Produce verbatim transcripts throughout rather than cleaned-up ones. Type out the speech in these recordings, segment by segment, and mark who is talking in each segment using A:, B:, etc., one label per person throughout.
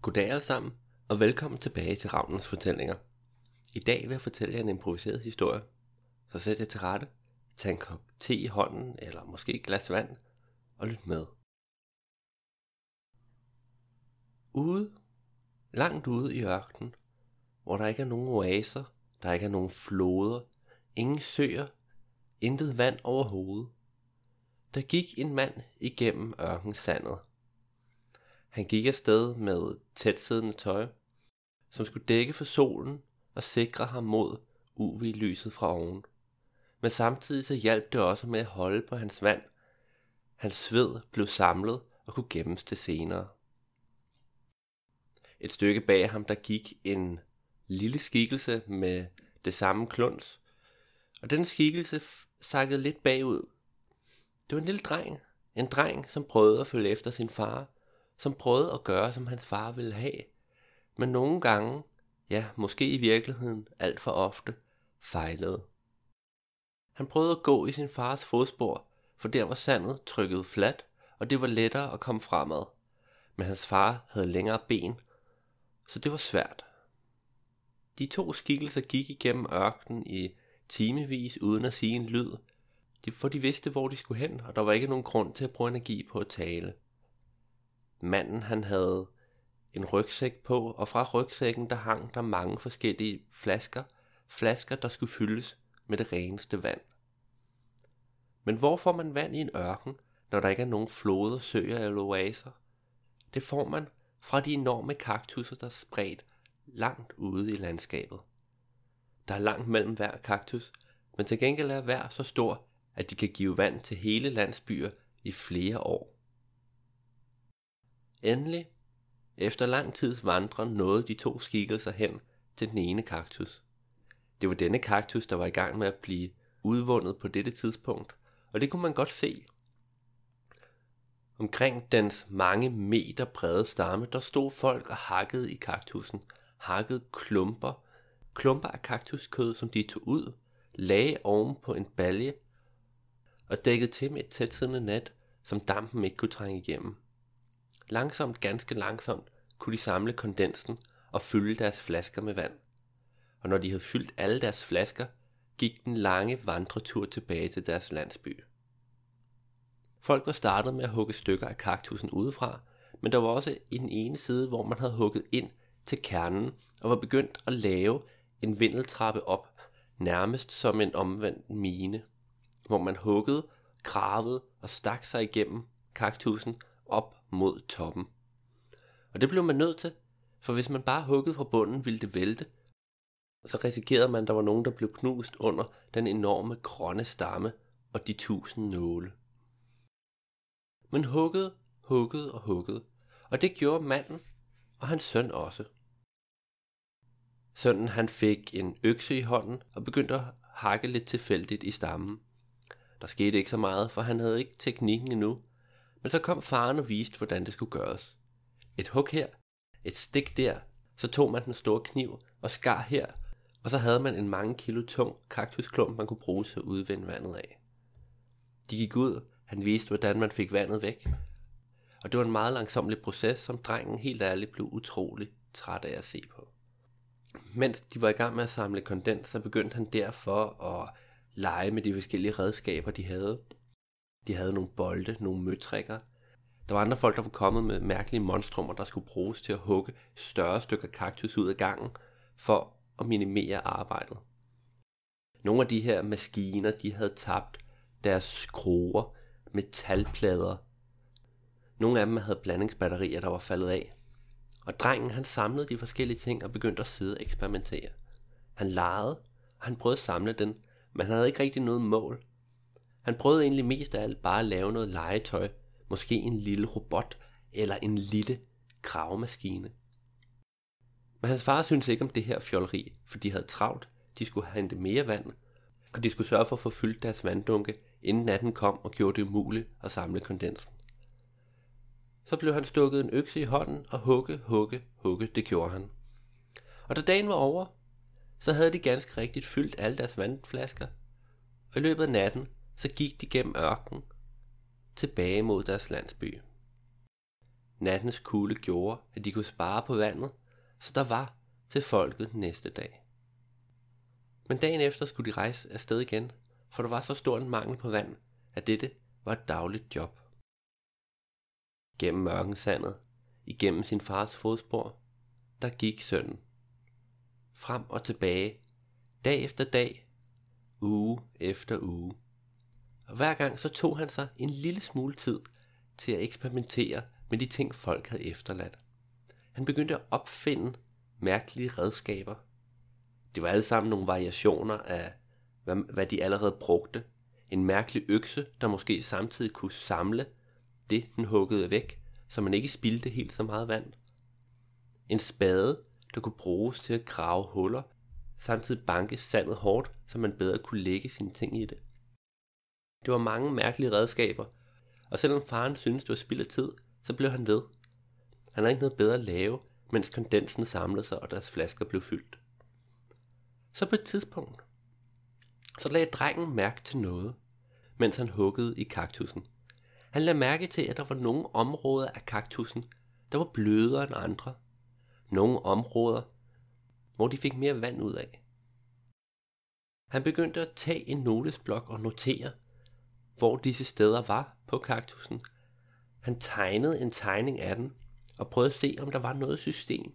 A: Goddag alle sammen, og velkommen tilbage til Ravnens Fortællinger. I dag vil jeg fortælle jer en improviseret historie. Så sæt jer til rette, tag en kop te i hånden, eller måske et glas vand, og lyt med. Ude, langt ude i ørkenen, hvor der ikke er nogen oaser, der ikke er nogen floder, ingen søer, intet vand overhovedet, der gik en mand igennem ørkensandet. Han gik afsted med tætsiddende tøj, som skulle dække for solen og sikre ham mod U V-lyset fra oven. Men samtidig så hjalp det også med at holde på hans vand. Hans sved blev samlet og kunne gemmes til senere. Et stykke bag ham der gik en lille skikkelse med det samme kluns, og den skikkelse sakkede lidt bagud. Det var en lille dreng, en dreng som prøvede at følge efter sin far, som prøvede at gøre, som hans far ville have, men nogle gange, ja, måske i virkeligheden alt for ofte, fejlede. Han prøvede at gå i sin fars fodspor, for der var sandet trykket fladt, og det var lettere at komme fremad. Men hans far havde længere ben, så det var svært. De to skikkelser gik igennem ørkenen i timevis uden at sige en lyd, for de vidste, hvor de skulle hen, og der var ikke nogen grund til at bruge energi på at tale. Manden han havde en rygsæk på, og fra rygsækken der hang der mange forskellige flasker, flasker der skulle fyldes med det reneste vand. Men hvor får man vand i en ørken, når der ikke er nogen floder, søer eller oaser? Det får man fra de enorme kaktusser, der er spredt langt ude i landskabet. Der er langt mellem hver kaktus, men til gengæld er hver så stor, at de kan give vand til hele landsbyer i flere år. Endelig, efter lang tids vandren, nåede de to skikkelser hen til den ene kaktus. Det var denne kaktus, der var i gang med at blive udvundet på dette tidspunkt, og det kunne man godt se. Omkring dens mange meter brede stamme, der stod folk og hakkede i kaktussen, hakkede klumper, klumper af kaktuskød, som de tog ud, lagde oven på en balje og dækkede til med et tætsiddende net, som dampen ikke kunne trænge igennem. Langsomt, ganske langsomt, kunne de samle kondensen og fylde deres flasker med vand. Og når de havde fyldt alle deres flasker, gik den lange vandretur tilbage til deres landsby. Folk var startet med at hugge stykker af kaktussen udefra, men der var også i den ene side, hvor man havde hugget ind til kernen og var begyndt at lave en vindeltrappe op, nærmest som en omvendt mine, hvor man huggede, gravede og stak sig igennem kaktussen op mod toppen. Og det blev man nødt til, for hvis man bare huggede fra bunden, ville det vælte, og så risikerede man, at der var nogen, der blev knust under den enorme grønne stamme og de tusind nåle. Man huggede, huggede og huggede, og det gjorde manden og hans søn også. Sønnen han fik en økse i hånden og begyndte at hakke lidt tilfældigt i stammen. Der skete ikke så meget, for han havde ikke teknikken endnu, men så kom faren og viste, hvordan det skulle gøres. Et hug her, et stik der, så tog man den store kniv og skar her, og så havde man en mange kilo tung kaktusklump, man kunne bruge til at udvinde vandet af. De gik ud, han viste, hvordan man fik vandet væk, og det var en meget langsomlig proces, som drengen helt ærligt blev utrolig træt af at se på. Mens de var i gang med at samle kondens, så begyndte han derfor at lege med de forskellige redskaber, de havde. De havde nogle bolde, nogle møtrikker. Der var andre folk, der var kommet med mærkelige monstrummer, der skulle bruges til at hugge større stykker kaktus ud af gangen, for at minimere arbejdet. Nogle af de her maskiner, de havde tabt deres skruer, metalplader. Nogle af dem havde blandingsbatterier, der var faldet af. Og drengen, han samlede de forskellige ting og begyndte at sidde og eksperimentere. Han legede, og han prøvede at samle den, men han havde ikke rigtig noget mål. Han prøvede egentlig mest af alt bare at lave noget legetøj, måske en lille robot eller en lille gravemaskine. Men hans far syntes ikke om det her fjolleri, for de havde travlt, de skulle hente mere vand, og de skulle sørge for at få fyldt deres vanddunke, inden natten kom og gjorde det umuligt at samle kondensen. Så blev han stukket en økse i hånden og hugge, hugge, hugge, det gjorde han. Og da dagen var over, så havde de ganske rigtigt fyldt alle deres vandflasker, og i løbet af natten, så gik de gennem ørkenen tilbage mod deres landsby. Nattens kulde gjorde, at de kunne spare på vandet, så der var til folket næste dag. Men dagen efter skulle de rejse afsted igen, for der var så stor en mangel på vand, at dette var et dagligt job. Gennem mørkensandet, igennem sin fars fodspor, der gik sønnen. Frem og tilbage, dag efter dag, uge efter uge. Og hver gang så tog han sig en lille smule tid til at eksperimentere med de ting, folk havde efterladt. Han begyndte at opfinde mærkelige redskaber. Det var alle sammen nogle variationer af, hvad, hvad de allerede brugte. En mærkelig økse, der måske samtidig kunne samle det, den huggede væk, så man ikke spildte helt så meget vand. En spade, der kunne bruges til at grave huller, samtidig banke sandet hårdt, så man bedre kunne lægge sine ting i det. Det var mange mærkelige redskaber, og selvom faren syntes, det var spild af tid, så blev han ved. Han havde ikke noget bedre at lave, mens kondensen samlede sig, og deres flasker blev fyldt. Så på et tidspunkt, så lagde drengen mærke til noget, mens han huggede i kaktussen. Han lagde mærke til, at der var nogle områder af kaktussen, der var blødere end andre. Nogle områder, hvor de fik mere vand ud af. Han begyndte at tage en notesblok og notere, hvor disse steder var på kaktussen. Han tegnede en tegning af den, og prøvede at se, om der var noget system.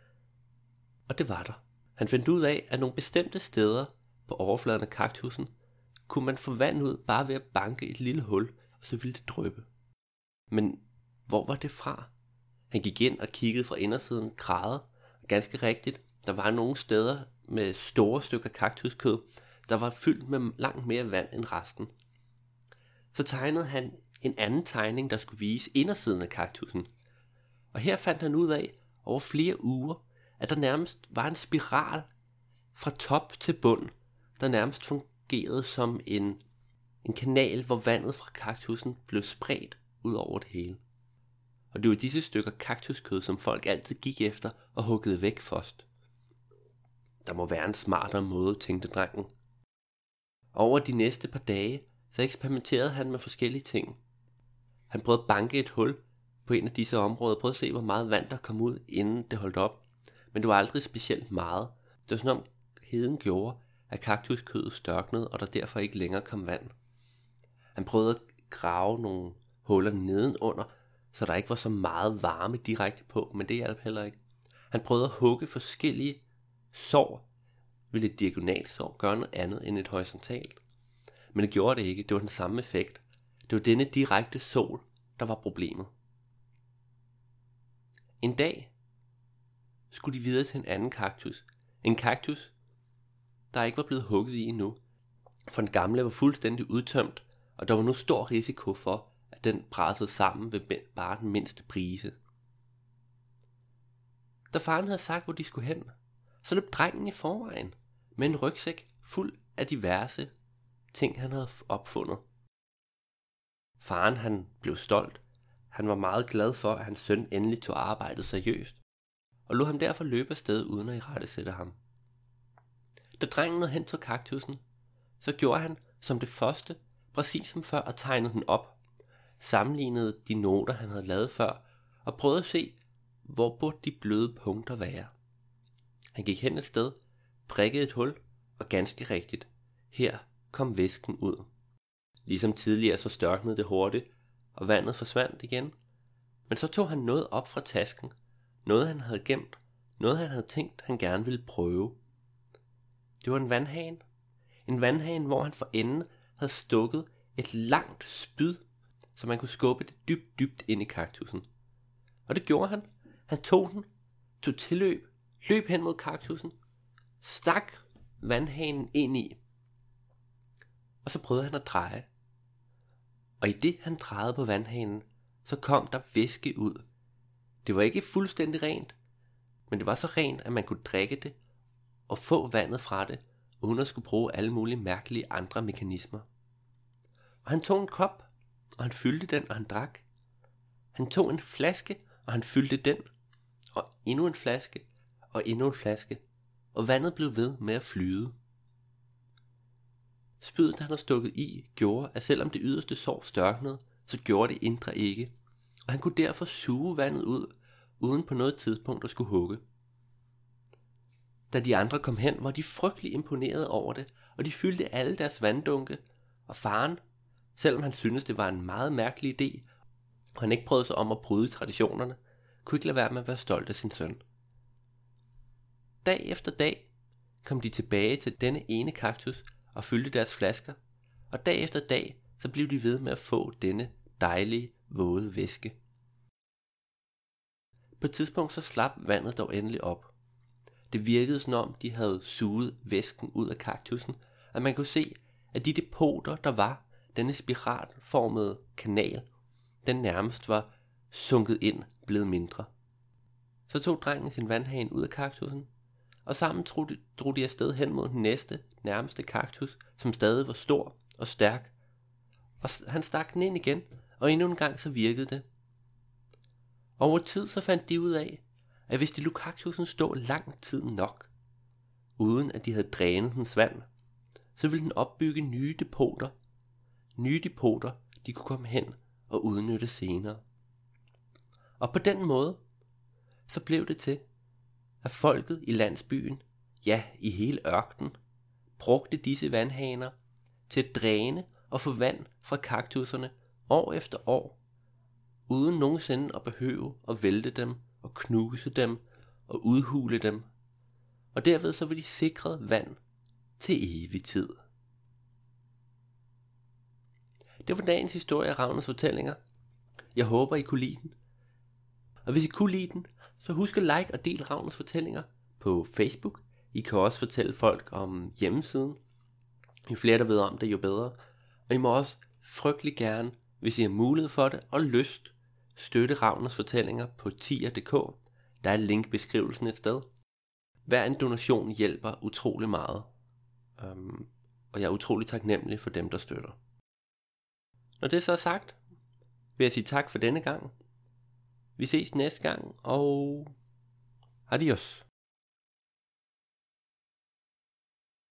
A: Og det var der. Han fandt ud af, at nogle bestemte steder på overfladen af kaktussen, kunne man få vand ud bare ved at banke et lille hul, og så ville det dryppe. Men hvor var det fra? Han gik ind og kiggede fra indersiden, grædede, og ganske rigtigt, der var nogle steder med store stykker kaktuskød, der var fyldt med langt mere vand end resten. Så tegnede han en anden tegning, der skulle vise indersiden af kaktussen. Og her fandt han ud af, over flere uger, at der nærmest var en spiral fra top til bund, der nærmest fungerede som en, en kanal, hvor vandet fra kaktussen blev spredt ud over det hele. Og det var disse stykker kaktuskød, som folk altid gik efter og huggede væk først. Der må være en smartere måde, tænkte drengen. Over de næste par dage, så eksperimenterede han med forskellige ting. Han prøvede at banke et hul på en af disse områder, prøvede at se, hvor meget vand der kom ud, inden det holdt op. Men det var aldrig specielt meget. Det var sådan om heden gjorde, at kaktuskødet størknede, og der derfor ikke længere kom vand. Han prøvede at grave nogle huller nedenunder, så der ikke var så meget varme direkte på, men det hjalp heller ikke. Han prøvede at hugge forskellige sår. Ville et diagonalt sår gøre noget andet end et horisontalt? Men det gjorde det ikke. Det var den samme effekt. Det var denne direkte sol, der var problemet. En dag skulle de videre til en anden kaktus. En kaktus, der ikke var blevet hugget i endnu. For den gamle var fuldstændig udtømt, og der var nu stor risiko for, at den pressede sammen ved bare den mindste brise. Da faren havde sagt, hvor de skulle hen, så løb drengen i forvejen med en rygsæk fuld af diverse ting, han havde opfundet. Faren han blev stolt. Han var meget glad for, at hans søn endelig tog arbejdet seriøst, og lod ham derfor løbe afsted uden at irettesætte ham. Da drengen nåede hen til kaktussen, så gjorde han som det første, præcis som før, og tegnede den op, sammenlignede de noter, han havde lavet før, og prøvede at se, hvor burde de bløde punkter være. Han gik hen et sted, prikkede et hul, og ganske rigtigt, her kom væsken ud. Ligesom tidligere så størknede det hurtigt, og vandet forsvandt igen. Men så tog han noget op fra tasken, noget han havde gemt, noget han havde tænkt, han gerne ville prøve. Det var en vandhane. En vandhane, hvor han for enden havde stukket et langt spyd, så man kunne skubbe det dybt, dybt ind i kaktussen. Og det gjorde han. Han tog den, tog tilløb, løb hen mod kaktussen, stak vandhanen ind i, og så prøvede han at dreje. Og i det han drejede på vandhanen, så kom der væske ud. Det var ikke fuldstændig rent, men det var så rent, at man kunne drikke det og få vandet fra det, uden at skulle bruge alle mulige mærkelige andre mekanismer. Og han tog en kop, og han fyldte den, og han drak. Han tog en flaske, og han fyldte den, og endnu en flaske, og endnu en flaske, og vandet blev ved med at flyde. Spydet, han havde stukket i, gjorde, at selvom det yderste sår størknede, så gjorde det indre ikke, og han kunne derfor suge vandet ud, uden på noget tidspunkt at skulle hugge. Da de andre kom hen, var de frygtelig imponeret over det, og de fyldte alle deres vanddunke, og faren, selvom han syntes det var en meget mærkelig idé, og han ikke prøvede sig om at bryde traditionerne, kunne ikke lade være med at være stolt af sin søn. Dag efter dag kom de tilbage til denne ene kaktus og fyldte deres flasker, og dag efter dag så blev de ved med at få denne dejlige, våde væske. På et tidspunkt så slap vandet dog endelig op. Det virkede som om de havde suget væsken ud af kaktusen, og man kunne se, at de depoter, der var, denne spiralformede kanal, den nærmest var sunket ind, blevet mindre. Så tog drengen sin vandhane ud af kaktusen, og sammen drog de, drog de afsted hen mod den næste, nærmeste kaktus, som stadig var stor og stærk. Og han stak den ind igen, og endnu en gang så virkede det. Over tid så fandt de ud af, at hvis de lod kaktusen stå lang tid nok, uden at de havde drænet dens vand, så ville den opbygge nye depoter. Nye depoter, de kunne komme hen og udnytte senere. Og på den måde, så blev det til, at folket i landsbyen, ja i hele ørkenen, brugte disse vandhaner til at dræne og få vand fra kaktusserne år efter år, uden nogensinde at behøve at vælte dem og knuse dem og udhule dem. Og derved så var de sikret vand til evig tid. Det var dagens historie af Ravnens fortællinger. Jeg håber I kunne lide den. Og hvis I kunne lide den, så husk at like og del Ravnens fortællinger på Facebook. I kan også fortælle folk om hjemmesiden. Jo flere der ved om det, jo bedre. Og I må også frygtelig gerne, hvis I har mulighed for det og lyst, støtte Ravnens fortællinger på tier punktum d k. Der er et link i beskrivelsen et sted. Hver en donation hjælper utrolig meget. Um, og jeg er utrolig taknemmelig for dem, der støtter. Når det så er sagt, vil jeg sige tak for denne gang. Vi ses næste gang, og adios.